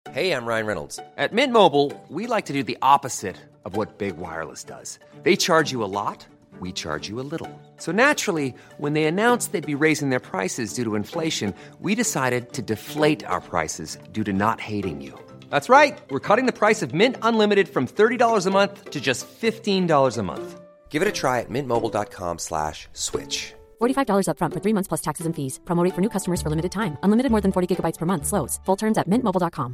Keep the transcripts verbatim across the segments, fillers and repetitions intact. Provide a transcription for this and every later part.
Hey, I'm Ryan Reynolds. At Mint Mobile, we like to do the opposite of what Big Wireless does. They charge you a lot, we charge you a little. So naturally, when they announced they'd be raising their prices due to inflation, we decided to deflate our prices due to not hating you. That's right. We're cutting the price of Mint Unlimited from thirty dollars a month to just fifteen dollars a month. Give it a try at mintmobile.com slash switch. forty-five dollars up front for three months plus taxes and fees. Promo rate for new customers for limited time. Unlimited more than forty gigabytes per month slows. Full terms at mint mobile dot com.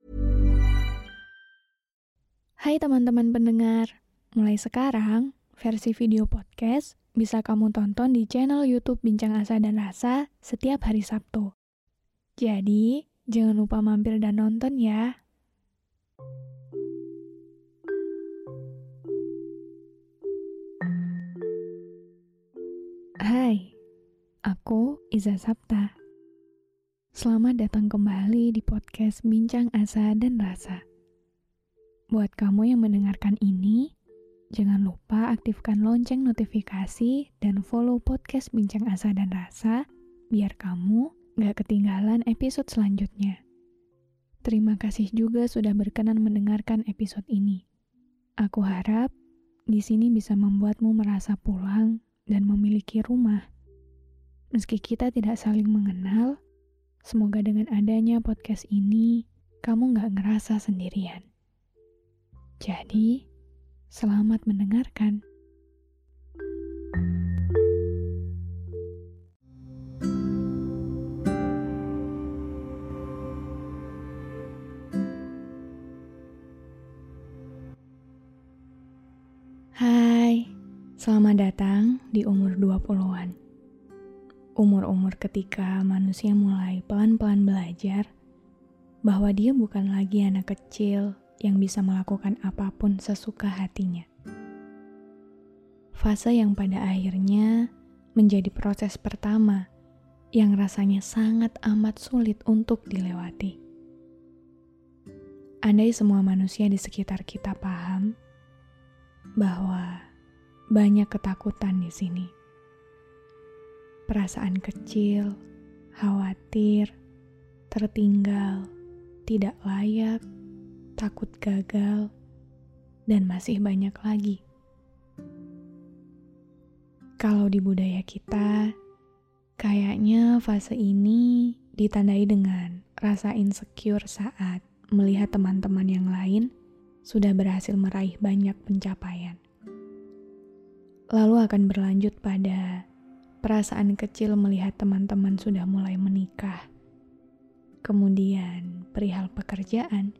Hai teman-teman pendengar, mulai sekarang versi video podcast bisa kamu tonton di channel YouTube Bincang Asa dan Rasa setiap hari Sabtu. Jadi, jangan lupa mampir dan nonton ya. Hai, aku Iza Sapta. Selamat datang kembali di podcast Bincang Asa dan Rasa. Buat kamu yang mendengarkan ini, jangan lupa aktifkan lonceng notifikasi dan follow podcast Bincang Asa dan Rasa biar kamu gak ketinggalan episode selanjutnya. Terima kasih juga sudah berkenan mendengarkan episode ini. Aku harap di sini bisa membuatmu merasa pulang dan memiliki rumah. Meski kita tidak saling mengenal, semoga dengan adanya podcast ini, kamu gak ngerasa sendirian. Jadi, selamat mendengarkan. Hai, selamat datang di umur dua puluhan. Umur-umur ketika manusia mulai pelan-pelan belajar bahwa dia bukan lagi anak kecil yang bisa melakukan apapun sesuka hatinya. Fase yang pada akhirnya menjadi proses pertama yang rasanya sangat amat sulit untuk dilewati. Andai semua manusia di sekitar kita paham bahwa banyak ketakutan di sini. Perasaan kecil, khawatir, tertinggal, tidak layak, takut gagal, dan masih banyak lagi. Kalau di budaya kita, kayaknya fase ini ditandai dengan rasa insecure saat melihat teman-teman yang lain sudah berhasil meraih banyak pencapaian. Lalu akan berlanjut pada perasaan kecil melihat teman-teman sudah mulai menikah. Kemudian perihal pekerjaan,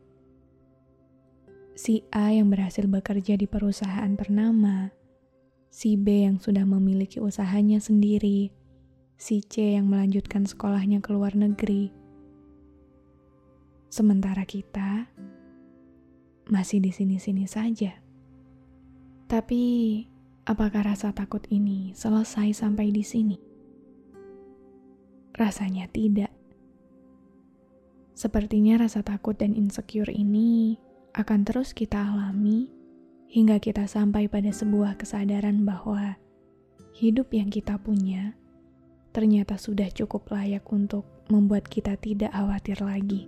si A yang berhasil bekerja di perusahaan ternama, si B yang sudah memiliki usahanya sendiri, si C yang melanjutkan sekolahnya ke luar negeri. Sementara kita masih di sini-sini saja. Tapi, apakah rasa takut ini selesai sampai di sini? Rasanya tidak. Sepertinya rasa takut dan insecure ini akan terus kita alami hingga kita sampai pada sebuah kesadaran bahwa hidup yang kita punya ternyata sudah cukup layak untuk membuat kita tidak khawatir lagi.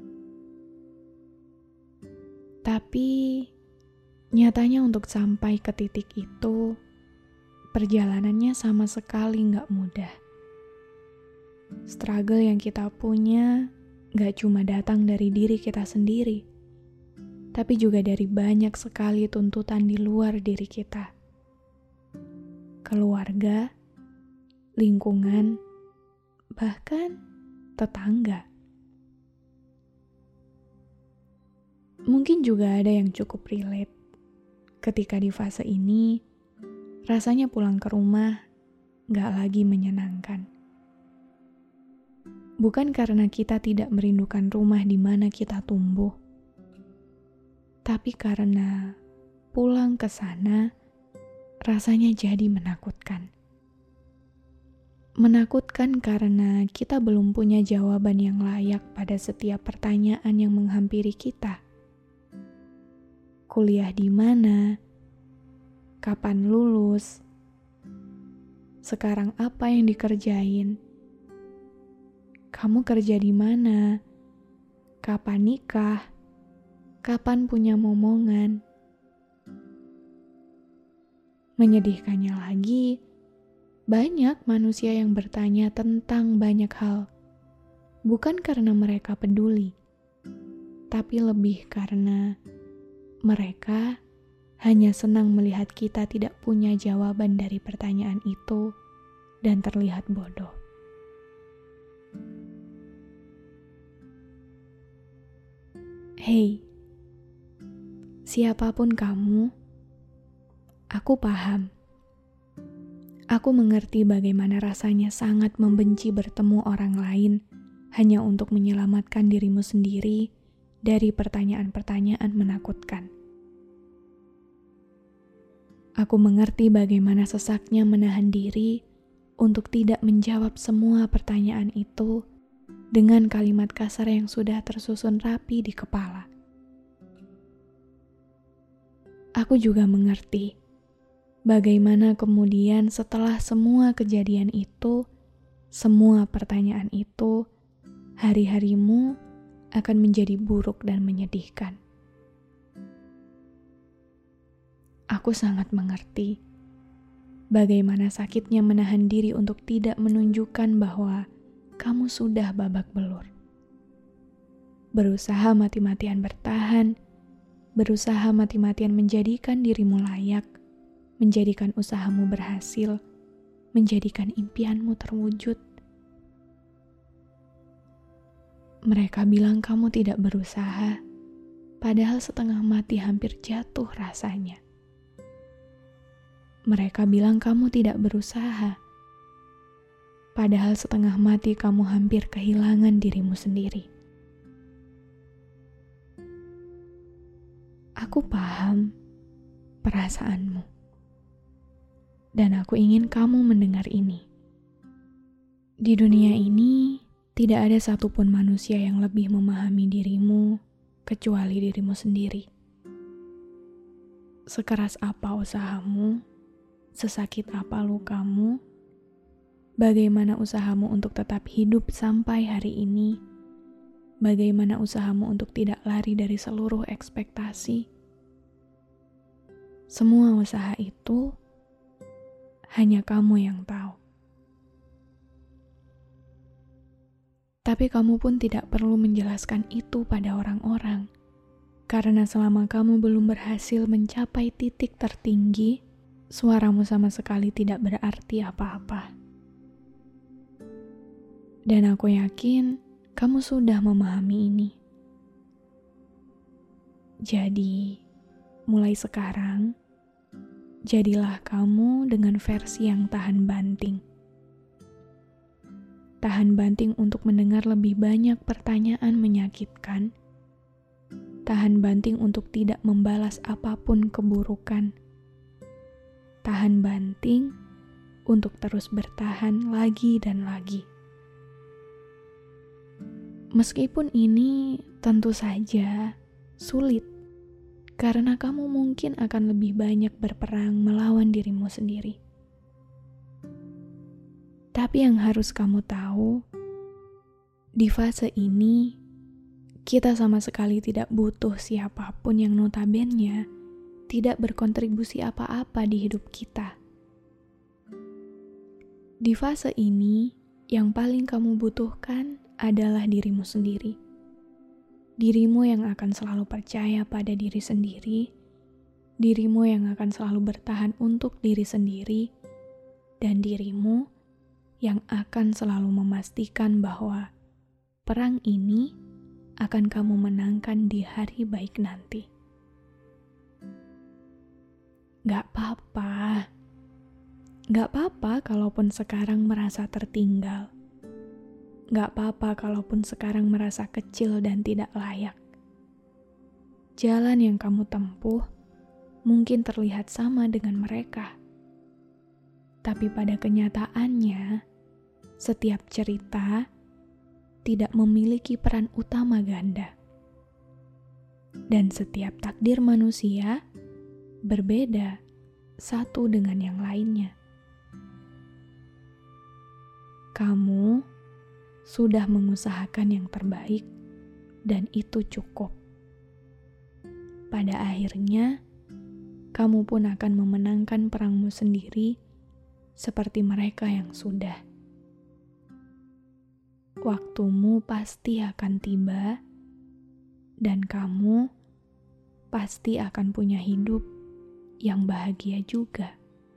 Tapi nyatanya untuk sampai ke titik itu, perjalanannya sama sekali gak mudah. Struggle yang kita punya gak cuma datang dari diri kita sendiri, tapi juga dari banyak sekali tuntutan di luar diri kita. Keluarga, lingkungan, bahkan tetangga. Mungkin juga ada yang cukup relate. Ketika di fase ini, rasanya pulang ke rumah gak lagi menyenangkan. Bukan karena kita tidak merindukan rumah di mana kita tumbuh, tapi karena pulang ke sana rasanya jadi menakutkan. Menakutkan karena kita belum punya jawaban yang layak pada setiap pertanyaan yang menghampiri kita. Kuliah di mana? Kapan lulus? Sekarang apa yang dikerjain? Kamu kerja di mana? Kapan nikah? Kapan punya momongan? Menyedihkannya lagi, banyak manusia yang bertanya tentang banyak hal. Bukan karena mereka peduli, tapi lebih karena mereka hanya senang melihat kita tidak punya jawaban dari pertanyaan itu dan terlihat bodoh. Hei, siapapun kamu, aku paham. Aku mengerti bagaimana rasanya sangat membenci bertemu orang lain hanya untuk menyelamatkan dirimu sendiri dari pertanyaan-pertanyaan menakutkan. Aku mengerti bagaimana sesaknya menahan diri untuk tidak menjawab semua pertanyaan itu dengan kalimat kasar yang sudah tersusun rapi di kepala. Aku juga mengerti bagaimana kemudian setelah semua kejadian itu, semua pertanyaan itu, hari-harimu akan menjadi buruk dan menyedihkan. Aku sangat mengerti bagaimana sakitnya menahan diri untuk tidak menunjukkan bahwa kamu sudah babak belur. Berusaha mati-matian bertahan, berusaha mati-matian menjadikan dirimu layak, menjadikan usahamu berhasil, menjadikan impianmu terwujud. Mereka bilang kamu tidak berusaha, padahal setengah mati hampir jatuh rasanya. Mereka bilang kamu tidak berusaha, padahal setengah mati kamu hampir kehilangan dirimu sendiri. Aku paham perasaanmu, dan aku ingin kamu mendengar ini. Di dunia ini, tidak ada satupun manusia yang lebih memahami dirimu kecuali dirimu sendiri. Sekeras apa usahamu, sesakit apa lukamu, bagaimana usahamu untuk tetap hidup sampai hari ini, bagaimana usahamu untuk tidak lari dari seluruh ekspektasi. Semua usaha itu hanya kamu yang tahu. Tapi kamu pun tidak perlu menjelaskan itu pada orang-orang, karena selama kamu belum berhasil mencapai titik tertinggi, suaramu sama sekali tidak berarti apa-apa. Dan aku yakin kamu sudah memahami ini. Jadi, mulai sekarang, jadilah kamu dengan versi yang tahan banting. Tahan banting untuk mendengar lebih banyak pertanyaan menyakitkan. Tahan banting untuk tidak membalas apapun keburukan. Tahan banting untuk terus bertahan lagi dan lagi. Meskipun ini tentu saja sulit, karena kamu mungkin akan lebih banyak berperang melawan dirimu sendiri. Tapi yang harus kamu tahu, di fase ini, kita sama sekali tidak butuh siapapun yang notabene tidak berkontribusi apa-apa di hidup kita. Di fase ini, yang paling kamu butuhkan adalah dirimu sendiri. Dirimu yang akan selalu percaya pada diri sendiri, dirimu yang akan selalu bertahan untuk diri sendiri, dan dirimu yang akan selalu memastikan bahwa perang ini akan kamu menangkan di hari baik nanti. Gak apa-apa. Gak apa-apa kalaupun sekarang merasa tertinggal. Gak apa-apa kalaupun sekarang merasa kecil dan tidak layak. Jalan yang kamu tempuh mungkin terlihat sama dengan mereka. Tapi pada kenyataannya, setiap cerita tidak memiliki peran utama ganda. Dan setiap takdir manusia berbeda satu dengan yang lainnya. Kamu sudah mengusahakan yang terbaik dan itu cukup. pada akhirnya kamu pun akan memenangkan perangmu sendiri seperti mereka yang sudah. Waktumu pasti akan tiba dan kamu pasti akan punya hidup yang bahagia juga.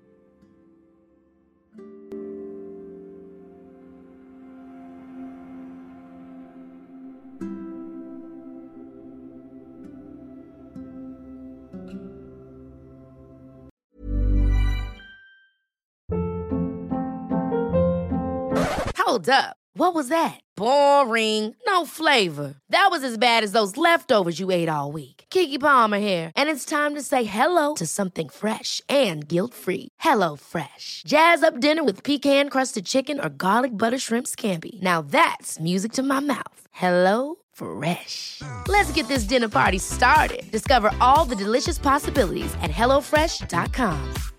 Hold up. What was that? Boring. No flavor. That was as bad as those leftovers you ate all week. Keke Palmer here, and it's time to say hello to something fresh and guilt-free. Hello Fresh. Jazz up dinner with pecan-crusted chicken or garlic butter shrimp scampi. Now that's music to my mouth. Hello Fresh. Let's get this dinner party started. Discover all the delicious possibilities at hello fresh dot com.